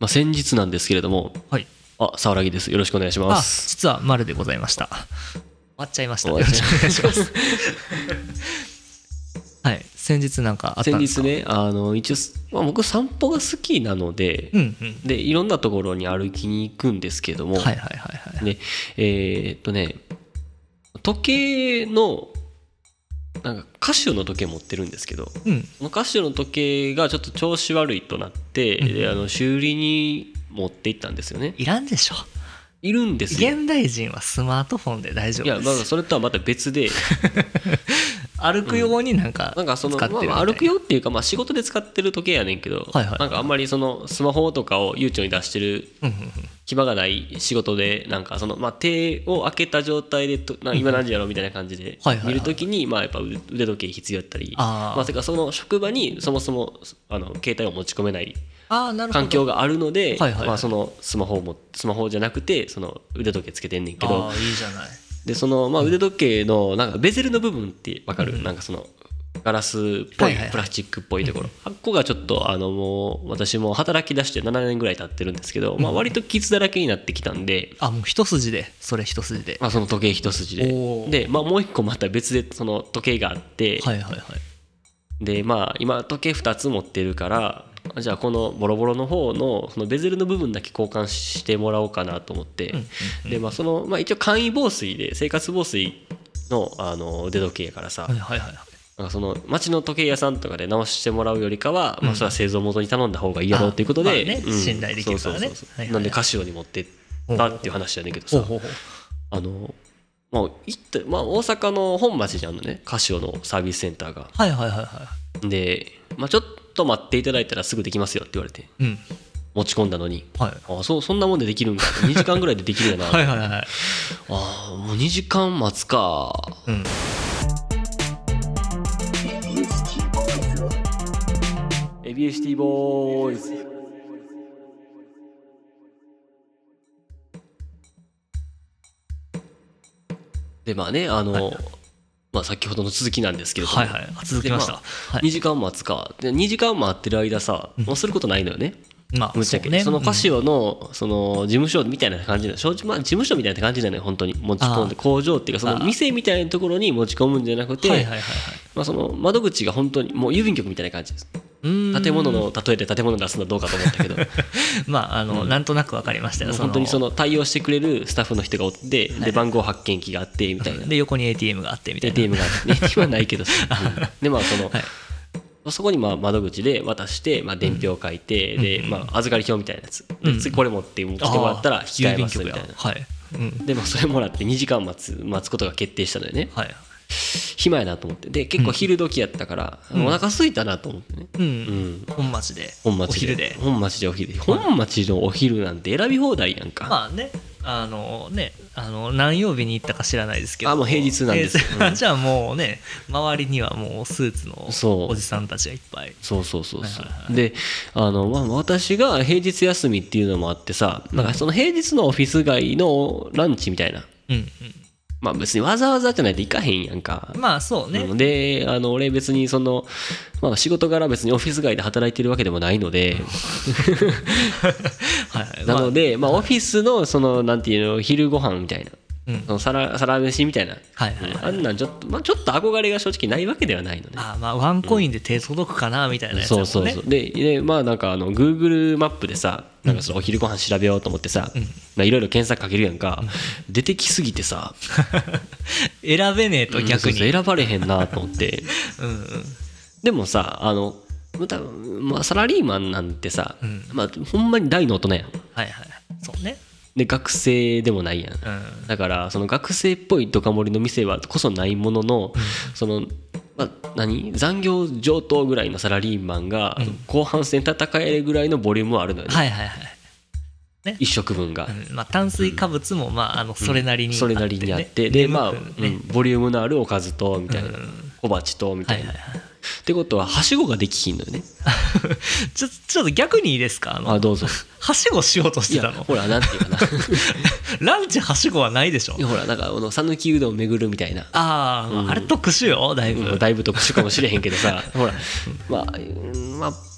先日なんですけれども、 はい。 沢良です。よろしくお願いしまあ、 す。 実は丸でございました。終わっちゃいました。 終わっちゃいよろしくお願いします。はい。先日なんかあったんですか？ 先日ね、一応、僕散歩が好きなので、 うんうん。 で、いろんなところに歩きに行くんですけども、 はいはいはいはい。 で、時計の、なんかカシオの時計持ってるんですけど、 うん。 そのカシオの時計がちょっと調子悪いとなって、 うんで修理に持って行ったんですよね。 いらんでしょ。 いるんですよ。 現代人はスマートフォンで大丈いや、 夫です。 だからそれとはまた別で、 歩くようになんかなんかその、 使ってるみたいな。 歩くよっていうか、仕事で使ってる時計やねんけど、 はいはいはいなんかあんまりそのスマホとかを悠長に出してるうんうんうん。 暇がない仕事で、なんかその、手を開けた状態で今何時やろうみたいな感じではいはいはい見るときに、やっぱ腕時計必要だったり、 あーてかその職場にそもそも携帯を持ち込めないあー、なるほど。 環境があるので、 はいはいはいそのスマホじゃなくてその腕時計つけてんねんけど、 ああ、いいじゃない。 でその腕時計のなんかベゼルの部分ってわかる、なんかそのガラスっぽはいはいはいいプラスチックっぽいところ、あっこがちょっともう私も働き出して7年ぐらい経ってるんですけど、割と傷だらけになってきたんで、 あ、もう一筋で、それ一筋で。 その時計一筋おーでもう一個また別でその時計があって、 はいはいはい。 で今時計2つ持ってるから、じゃあこのボロボロの方のそのベゼルの部分だけ交換してもらおうかなと思って、でその一応簡易防水で生活防水の腕時計やからさ、 はいはいはい。 なんかその町の時計屋さんとかで直してもらうよりかは、それは製造元に頼んだ方がいいやろうということで、 信頼できるからね。 なんでカシオに持ってったっていう話やねんけどさ、 ほうほうほう。 大阪の本町にあるのね、カシオのサービスセンターが。 はいはいはいはで、ちょっと待っていただいたらすぐできますよって言われて、 い。うん。 持ち込んだのに、 はい。 そんなもんでできるんか、2時間ぐらいでできるやな。 はいはいはい。 もう2時間待つか。 うん。 ABST ボーイズ。で先ほどの続きなんですけれども、 はいはい。続きました。はい。 2時間待つか。で2時間待ってる間さ、もうすることないのよね。 まあ、 ぶっちゃけそのカシオのその事務所みたいな感じなの、事務所みたいな感じなのよ。本当に持ち込んで、工場っていうかその店みたいなところに持ち込むんじゃなくて、 はいはいはいはい。 その窓口が本当にもう郵便局みたいな感じです。建物の例えで建物出すのはどうかと思ったけどなんとなく分かりましたよ。 本当にその対応してくれるスタッフの人がおって、で番号発見機があってみたいな、 で横に ATM があってみたいな。 ATM があって ATM はないけどさ、でそこに窓口で渡して、伝票を書いて、で預かり表みたいなやつで、次これ持って来てもらったら引き換えますみたいな。 はい。 でそれもらって2時間待つことが決定したのよね。 はい。 暇やなと思って、で結構昼時やったから、お腹空いたなと思ってね。 本町でお昼で本町でお昼で、本町のお昼なんて選び放題やんか。 まあね、何曜日に行ったか知らないですけど、 もう平日なんですよ。 じゃあもうね、周りにはもうスーツのおじさんたちがいっぱい。 そうで、私が平日休みっていうのもあってさ、なんかその平日のオフィス街のランチみたいな、別にわざわざじゃないと行かへんやんか。 まあそうね。 で俺別にその、仕事柄別にオフィス街で働いてるわけでもないのでなので、オフィスのそのなんていうの、昼ご飯みたいな、そのサラ飯みたいな、あんなんちょっと憧れが正直ないわけではないのね。 ワンコインで手届くかなみたいなやつだもんね。 そうでなんかGoogle マップでさ、なんかそのお昼ご飯調べようと思ってさ、いろいろ検索かけるやんか、出てきすぎてさ選べねえと逆に選ばれへんなと思ってでもさサラリーマンなんてさ、ほんまに大の大人やん。 はいはい、そうね。 で学生でもないやん、だからその学生っぽいドカ盛りの店はこそないものの、その残業上等ぐらいのサラリーマンが後半戦戦えるぐらいのボリュームはあるのよね。 はいはいはいね、一食分が、 炭水化物もそれなりにあって、でボリュームのあるおかずとみたいな、小鉢とみたいな、ってことははしごができひんのよねちょっと逆にいいですか。 どうぞ。 はしごしようとしてたの。 ほらなんていうかなランチはしごはないでしょ。 ほらなんか讃岐うどん巡るみたいな、 あれ特殊よ、だいぶ特殊かもしれへんけどさほら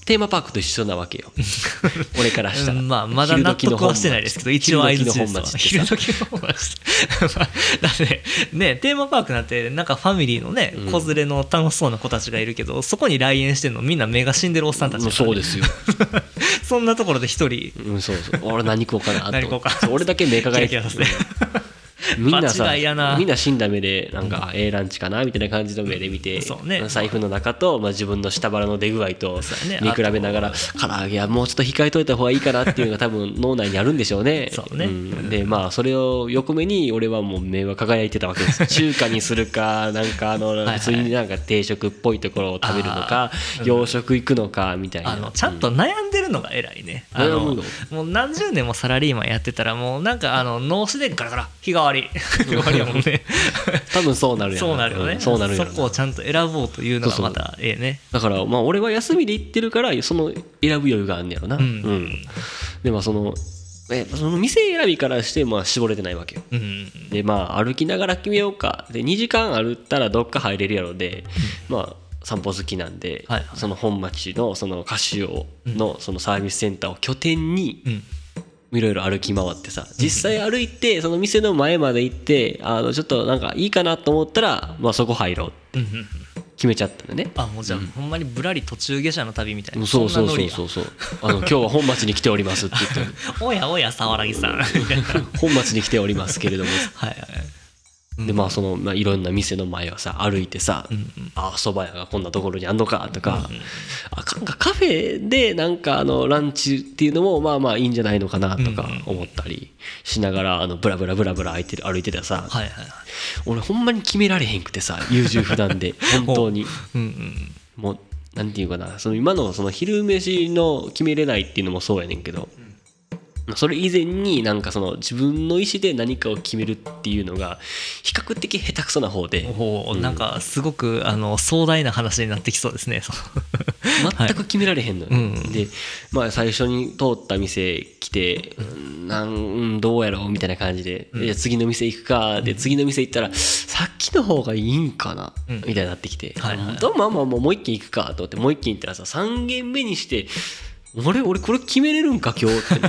テーマパークと一緒なわけよ俺からしたら。 まあまだ納得はしてないですけど、一応相槌ですわ。昼時の本町だってね、テーマパークなんてなんかファミリーのね子連れの楽しそうな子たちがいるけど、そこに来園してんのみんな目が死んでるおっさんたちだから、ね、 そうですよそんなところで一人、 そう俺何食おうかなと何食おうか俺だけ目輝いてみんなさ、みんな死んだ目でなんかランチかなみたいな感じの目で見て、財布の中と自分の下腹の出具合と見比べながら、唐揚げはもうちょっと控えといた方がいいかなっていうのが多分脳内にあるんでしょうね。でまあそれを横目に俺はもう目は輝いてたわけです。中華にするかなんか普通になんか定食っぽいところを食べるのか洋食行くのかみたいな、 ちゃんと悩んでるのが偉いね。もう何十年もサラリーマンやってたらもうなんか脳死でガラガラ日替わりやもんね多分そうなるやん。 そうなるよね。そこをちゃんと選ぼうというのがまたええね。 だからまあ俺は休みで行ってるからその選ぶ余裕があんねやろな。でまあその店選びからしてまあ絞れてないわけよ。でまあ歩きながら決めようかで2時間歩ったらどっか入れるやろで、まあ散歩好きなんで、その本町のそのカシオのそのサービスセンターを拠点にいろいろ歩き回ってさ、実際歩いてその店の前まで行ってちょっとなんかいいかなと思ったら、まあ、そこ入ろうって決めちゃったんだね。 もうじゃあ、ほんまにぶらり途中下車の旅みたいな。 そう今日は本町に来ておりますって言っておやおや沢良さん本町に来ておりますけれどもでまあいろんな店の前をさ歩いてさ、蕎麦屋がこんなところにあんのかとか、カフェでなんかランチっていうのもまあまあいいんじゃないのかなとか思ったりしながらブラブラ歩いてたらさ、俺ほんまに決められへんくてさ、優柔不断で本当にもうなんていうかな、今のその昼飯の決めれないっていうのもそうやねんけど、それ以前になんか自分の意思で何かを決めるっていうのが比較的下手くそな方で、 なんかすごく壮大な話になってきそうですね全く決められへんのよ、で、まあ、最初に通った店来てどうやろうみたいな感じで、じゃあ次の店行くかで次の店行ったらさっきの方がいいんかなみたいになってきて、まあもう一軒行くかと思ってもう一軒行ったらさ3軒目にして俺これ決めれるんか今日って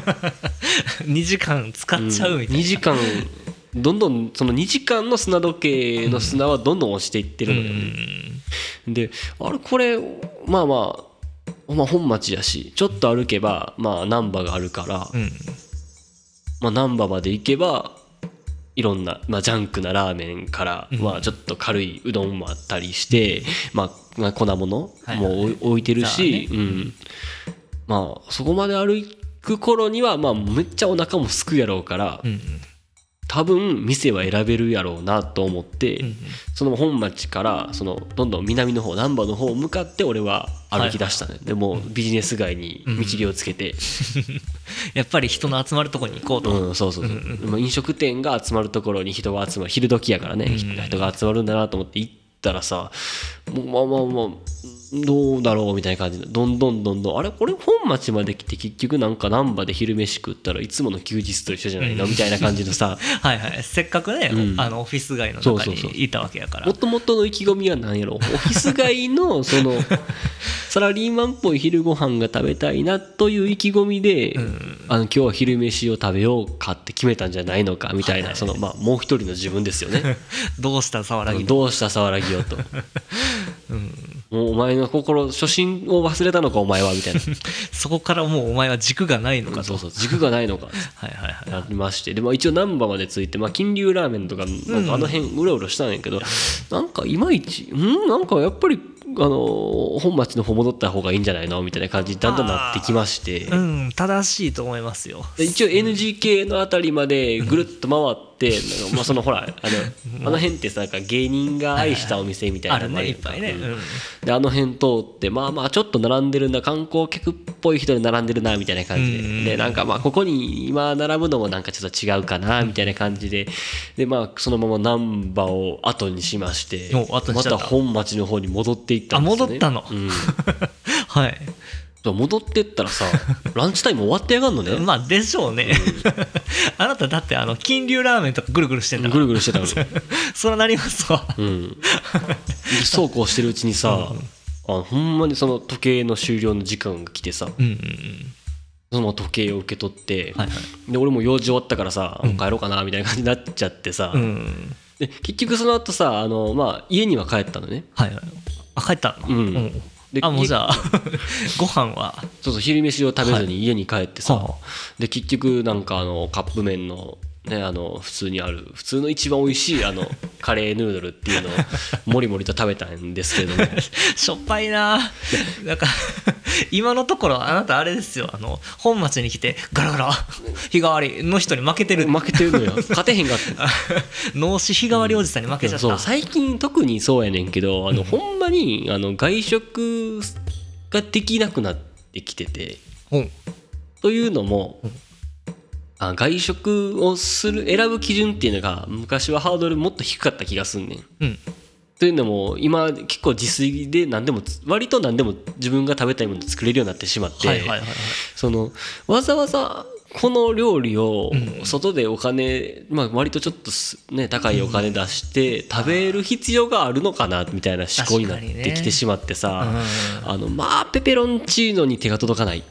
2時間使っちゃうみたいな、 2時間どんどんその2時間の砂時計の砂はどんどん落ちていってるのよね、でこれまあ本町やしちょっと歩けばまあ難波があるから、まあ難波まで行けばいろんな、まあ、ジャンクなラーメンから、まあ、ちょっと軽いうどんもあったりして、まあ、粉物も置いてるし、まあそこまで歩く頃にはまあめっちゃお腹もすくやろうから、多分店は選べるやろうなと思って、その本町からどんどん南の方難波の方向かって俺は歩き出したね。でもビジネス街に見切りをつけて、 やっぱり人の集まるところに行こうと、 飲食店が集まるところに人が集まる、昼時やからね、人が集まるんだなと思って行ったらさ、もうどうだろうみたいな感じでどんどんこれ本町まで来て結局なんか難波で昼飯食ったらいつもの休日と一緒じゃないのみたいな感じのさせっかくね、オフィス街の中にいたわけやから、 もともとの意気込みは何やろ、オフィス街のサラリーマンっぽい昼ご飯が食べたいなという意気込みで、今日は昼飯を食べようかって決めたんじゃないのかみたいな、まあもう一人の自分ですよねどうした沢良よともうお前の初心を忘れたのかお前はみたいなそこからもうお前は軸がないのかと、 軸がないのかなりまして、で、まあ、一応難波まで着いて、まあ、金龍ラーメンとかなんかあの辺うろうろしたんやけど、なんかいまいちなんかやっぱり本町の方戻った方がいいんじゃないのみたいな感じにだんだんなってきまして、 正しいと思いますよ。 一応 NGK のあたりまでぐるっと回ってまあほらあの辺ってさ芸人が愛したお店みたいなのがあるね、いっぱいね、であの辺通ってまあちょっと並んでるな、観光客っぽい人で並んでるなみたいな感じで、なんかまあここに今並ぶのもなんかちょっと違うかなみたいな感じで、まあそのまま難波を後にしまして、また本町の方に戻っていったんですよね。 戻ったの、はい戻ってったらさランチタイム終わってやがんのねまあでしょうねあなただって金龍ラーメンとかぐるぐるしてんだから、 ぐるぐるしてたのそらなりますわそうこうしてるうちにさ、 ほんまにその時計の終了の時間が来てさ、その時計を受け取って、で俺も用事終わったからさ、帰ろうかなみたいな感じになっちゃってさ、で結局その後さ家には帰ったのね。 帰ったの。でもうじゃあご飯はそう昼飯を食べずに家に帰ってさ、で結局なんかカップ麺のね普通にある普通の一番美味しいカレーヌードルっていうのをもりもりと食べたんですけれどもしょっぱいな。なんか今のところあなたあれですよ、本町に来てガラガラ日替わりの人に負けてるのよ。勝てへんかった脳死日替わりおじさんに負けちゃった。 そう最近特にそうやねんけどほんまに外食ができなくなってきてて、というのも外食を選ぶ基準っていうのが昔はハードルもっと低かった気がすんねん。というのも今結構自炊で割と何でも自分が食べたいものを作れるようになってしまって、わざわざこの料理を外でお金、割とちょっとね高いお金出して食べる必要があるのかなみたいな思考になってきてしまってさ、ペペロンチーノに手が届かない。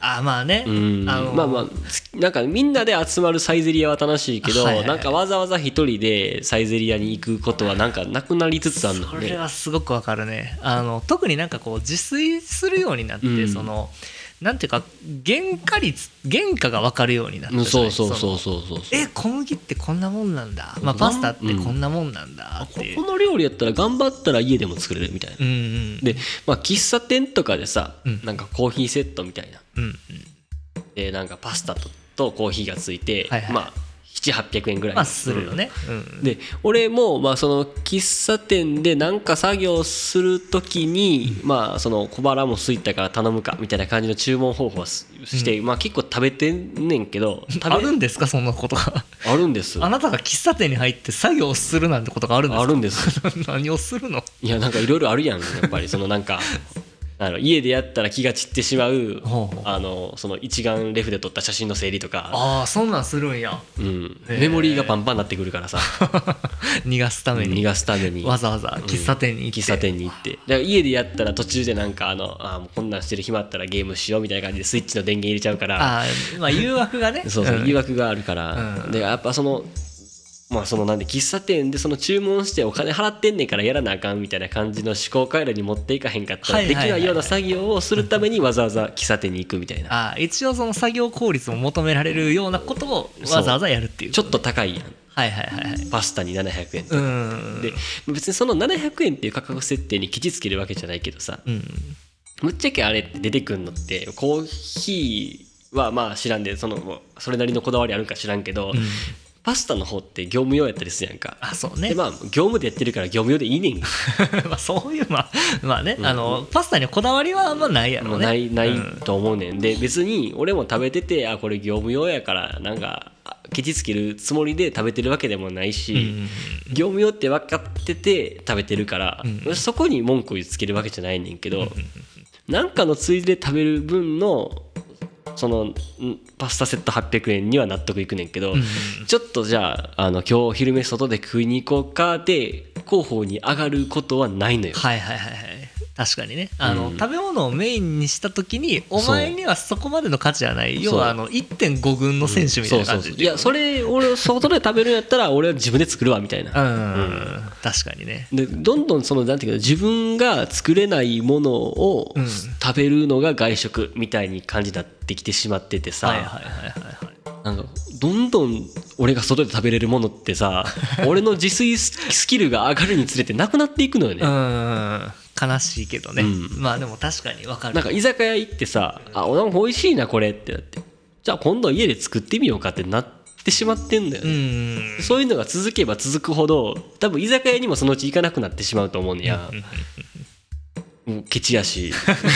なんかみんなで集まるサイゼリヤは楽しいけど、なんかわざわざ一人でサイゼリヤに行くことはなんかなくなりつつあるのね。 それはすごくわかるね。特になんかこう自炊するようになって、なんていうか原価が分かるようになって、 そう小麦ってこんなもんなんだ、パスタってこんなもんなんだっていう、 この料理やったら頑張ったら家でも作れるみたいな、で喫茶店とかでさ、なんかコーヒーセットみたいな、でなんかパスタとコーヒーがついて、700-800円ぐらいするよね。 で俺もその喫茶店でなんか作業するときにその小腹も空いたから頼むかみたいな感じの注文方法をして、結構食べてんねんけど、 あるんですかそんなことが。 あるんです。 あなたが喫茶店に入って作業するなんてことがあるんですか。 あるんです何をするの。 いやなんかいろいろあるやんやっぱりなんか家でやったら気が散ってしまうその一眼レフで撮った写真の整理とか、 そんなんするんや。 メモリーがパンパンになってくるからさ逃がすためにわざわざ喫茶店に行って、 だから家でやったら途中でなんかもうこんなんしてる暇あったらゲームしようみたいな感じでスイッチの電源入れちゃうから、 誘惑がね誘惑があるから、でやっぱなんで喫茶店で注文してお金払ってんねんからやらなあかんみたいな感じの思考回路に持っていかへんかったらできないような作業をするためにわざわざ喫茶店に行くみたいな、 一応その作業効率も求められるようなことをわざわざやるっていう。 ちょっと高いやん、パスタに700円って、で別にその700円っていう価格設定にケチつけるわけじゃないけどさ、ぶっちゃけあれって出てくるのってコーヒーは知らんでそれなりのこだわりあるんか知らんけど、パスタの方って業務用やったりするやんか。 そうね。 で業務でやってるから業務用でいいねんそういうね、パスタにこだわりはないやろね。 ないと思うねん。で別に俺も食べててこれ業務用やからなんかケチつけるつもりで食べてるわけでもないし、業務用って分かってて食べてるから、そこに文句をつけるわけじゃないねんけど、なんかのついで食べる分のパスタセット800円には納得いくねんけど、ちょっとじゃあ今日昼飯外で食いに行こうかで候補に上がることはないのよ。 確かにね、食べ物をメインにした時にお前にはそこまでの価値はない。要は1.5 軍の選手みたいな感じで、 いやそれ俺外で食べるんやったら俺は自分で作るわみたいな。 確かにね。 でどんどんなんていうか自分が作れないものを食べるのが外食みたいに感じになってきてしまっててさ、なんかどんどん俺が外で食べれるものってさ俺の自炊スキルが上がるにつれてなくなっていくのよね。 悲しいけどね、でも確かに分かる。 なんか居酒屋行ってさ、なんか美味しいなこれってなって、じゃあ今度は家で作ってみようかってなってしまってんだよね。そういうのが続けば続くほど多分居酒屋にもそのうち行かなくなってしまうと思うんや。もうケチやし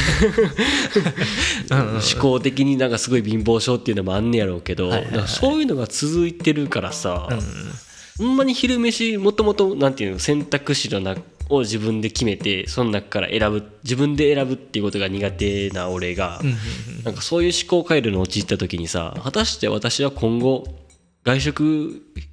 思考的になんかすごい貧乏症っていうのもあんねやろうけど、だからそういうのが続いてるからさ、ほんまに昼飯もともとなんていうの選択肢の中を自分で決めてその中から自分で選ぶっていうことが苦手な俺が、なんかそういう思考回路に陥った時にさ、果たして私は今後外食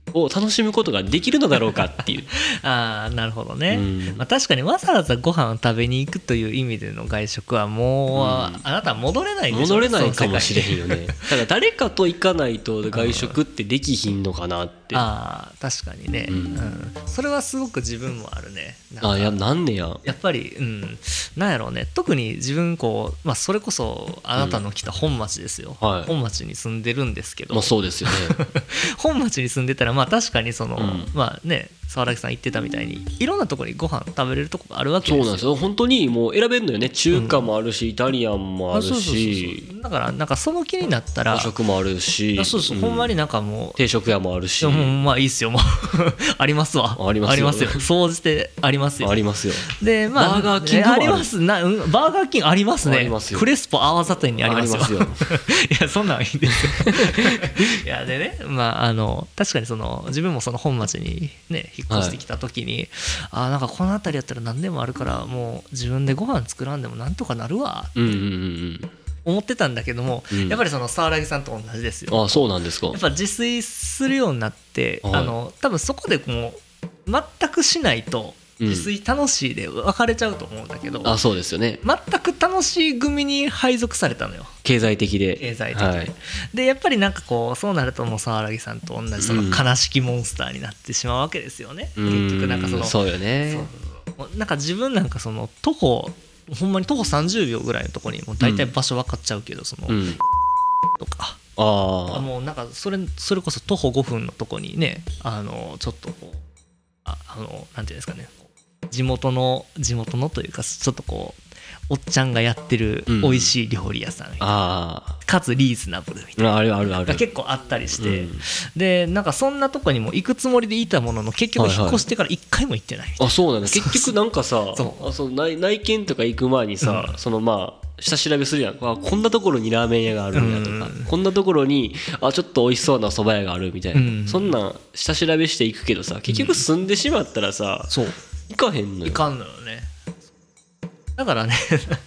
を楽しむことができるのだろうかっていうああなるほどね、まあ、確かにわざわざご飯を食べに行くという意味での外食はもう、あなたは戻れないんでしょ。 戻れないかもしれへんよね。だから誰かと行かないと外食ってできひんのかなって。 ああ確かにね、それはすごく自分もあるね。 なんねややっぱり、なんやろうね、特に自分こう、まあ、それこそあなたの来た本町ですよ、本町に住んでるんですけど、 まあ、そうですよね本町に住んでたらまあ確かにその、まあね沢木さん言ってたみたいにいろんなところにご飯食べれるとこがあるわけですよ。 そうなんですよ。本当にもう選べるのよね。中華もあるし、イタリアンもあるし、 だからなんかその気になったら和食もあるし、 ほんまになんかもう定食屋もあるし、 まあいいっすよもうありますわ。 ありますよ総じてありますよ。 ありますよ。 でまあバーガーキングもある。 ありますバーガーキングありますね。 ありますよ。 クレスポ泡里にありますよ。 いやそんなんいいんですよいやでね、まあ確かにその自分もその本町にね引っ越してきた時に、なんかこの辺りやったら何でもあるからもう自分でご飯作らんでもなんとかなるわって思ってたんだけども、やっぱりその沢木さんと同じですよ。 あ、そうなんですか。 やっぱ自炊するようになって、多分そこでもう全くしないと自炊楽しいで分かれちゃうと思うんだけど、 そうですよね。 全く楽しい組に配属されたのよ。 経済的で。 でやっぱりなんかこうそうなるともう沢木さんと同じその悲しきモンスターになってしまうわけですよね。結局なんかそのそうよね。 なんか自分なんかそのほんまに徒歩30秒ぐらいのところにもう大体場所分かっちゃうけど、そのとかもうなんかそれこそ徒歩5分のとこにねちょっとこうなんていうんですかね、地元のというかちょっとこうおっちゃんがやってる美味しい料理屋さん、かつリーズナブルみたいなが結構あったりして、でなんかそんなとこにも行くつもりでいたものの結局引っ越してから1回も行ってないみたいな。 そうなんだ。結局なんかさ内見とか行く前にさ、そのまあ下調べするやん。こんなところにラーメン屋があるんやとか、こんなところにちょっと美味しそうな蕎麦屋があるみたいな、そんなん下調べしていくけどさ、結局住んでしまったらさ、行かへんのよ。 行かんのよね。だからね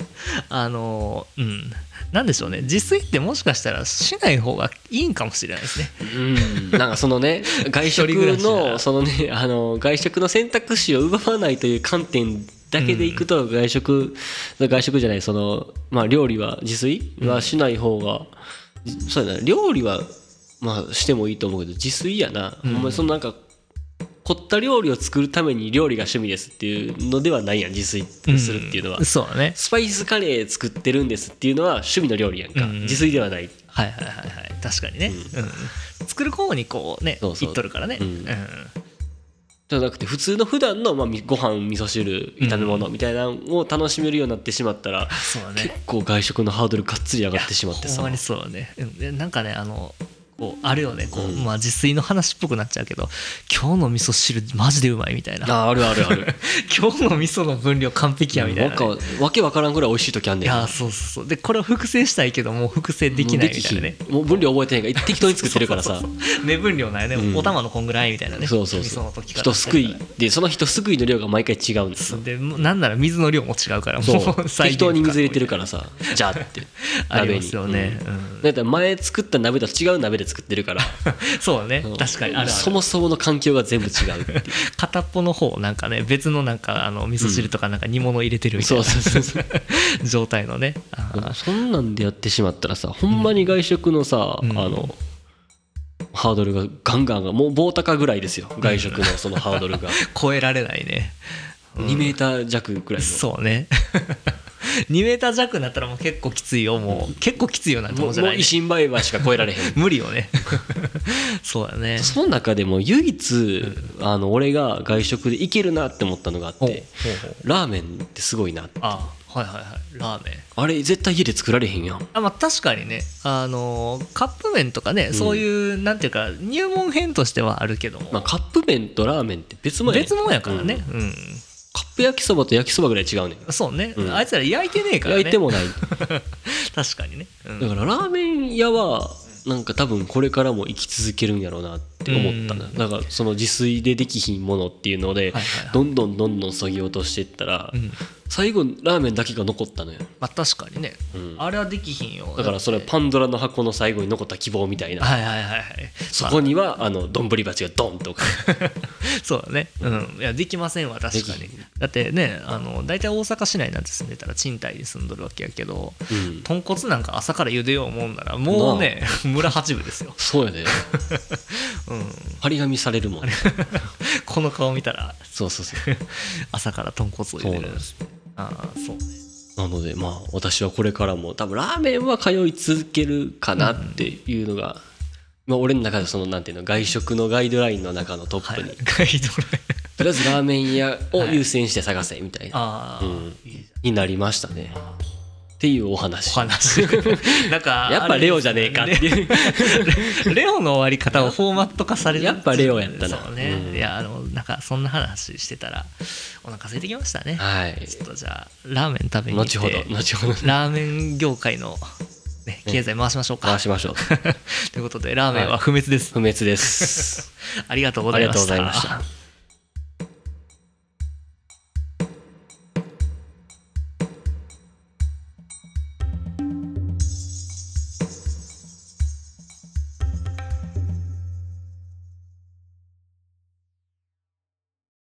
なんでしょうね、自炊ってもしかしたらしない方がいいんかもしれないですね。 なんかそのね外食の外食の選択肢を奪わないという観点だけでいくと、外食じゃない、そのまあ料理は自炊はしない方が、そうやな、料理はまあしてもいいと思うけど自炊やな。ほんまにそのなんか凝った料理を作るために料理が趣味ですっていうのではないやん、自炊するっていうのは。 そうだね。 スパイスカレー作ってるんですっていうのは趣味の料理やんか、自炊ではない。 確かにね、作る方にこうねいっとるからね。 じゃなくて普段のご飯味噌汁炒め物みたいなのを楽しめるようになってしまったら、結構外食のハードルがっつり上がってしまってさ。 ほんまにそうね。なんかねあるよね、まあ自炊の話っぽくなっちゃうけど、今日の味噌汁マジでうまいみたいな。 ある今日の味噌の分量完璧やみたいな、 なんかわけわからんぐらい美味しい時あんねん。 そうでこれを複製したいけどもう複製できないみたいなね。 もう分量覚えてへんから適当に作ってるからさ。 目分量ないね、お玉のこんぐらいみたいなね。味噌の溶き方一すくいで、その一すくいの量が毎回違うんですよ。 でなんなら水の量も違うから、もう適当に水入れてるからさ、じゃあってありますよね。 だって前作った鍋と違う鍋で作ってるからそうね、確かにある。 そもそもの環境が全部違うっていう。 片っぽの方なんかね別のなんか味噌汁とかなんか煮物入れてるみたいな状態のね。 そんなんでやってしまったらさ、ほんまに外食のさハードルがガンガンもう棒高ぐらいですよ、外食のそのハードルが超えられないね。 2メーター弱ぐらいの。 そうね2メーター弱になったらもう結構きついよ、もう結構きついよなんてもんじゃないね。 もう維新バイバーしか超えられへん無理よねそうだね。 その中でも唯一俺が外食でいけるなって思ったのがあって、ラーメンってすごいなって。 ラーメンあれ絶対家で作られへんやん。 まあ確かにね、カップ麺とかね、そういうなんていうか入門編としてはあるけども、 カップ麺とラーメンって別物やからね。 カップ焼きそばと焼きそばぐらい違うねん。 そうね、あいつら焼いてねえからね。 焼いてもない確かにね、 だからラーメン屋はなんか多分これからも生き続けるんやろうなって思ったな。だからその自炊でできひんものっていうのでどんどんそぎ落としていったら、 最後ラーメンだけが残ったのよ。 まあ確かにね、あれはできひんよ。 だからそれパンドラの箱の最後に残った希望みたいな、 はいはいはいはい、 そこには丼鉢がドンとかそうだね、いやできませんわ確かに。だってね大体大阪市内なんて住んでたら賃貸に住んどるわけやけど、豚骨なんか朝から茹でようもんならもうね村八分ですよ。 そうやで、張り紙されるもんねこの顔見たらそうそうそう朝から豚骨を茹でる。ああそうね。 なのでまあ私はこれからも多分ラーメンは通い続けるかなっていうのが、まあ、俺の中でそのなんていうの外食のガイドラインの中のトップに、 ガイドラインとりあえずラーメン屋を優先して探せみたいな、になりましたねっていうお話なんかやっぱレオじゃねえかっていうレオの終わり方をフォーマット化される。 やっぱレオやったな。 そうね、いやなんかそんな話してたらお腹空いてきましたね。ちょっとじゃあラーメン食べに行って後ほどラーメン業界の、ね、経済回しましょうか。 回しましょうということでラーメンは不滅です。 不滅ですありがとうございました。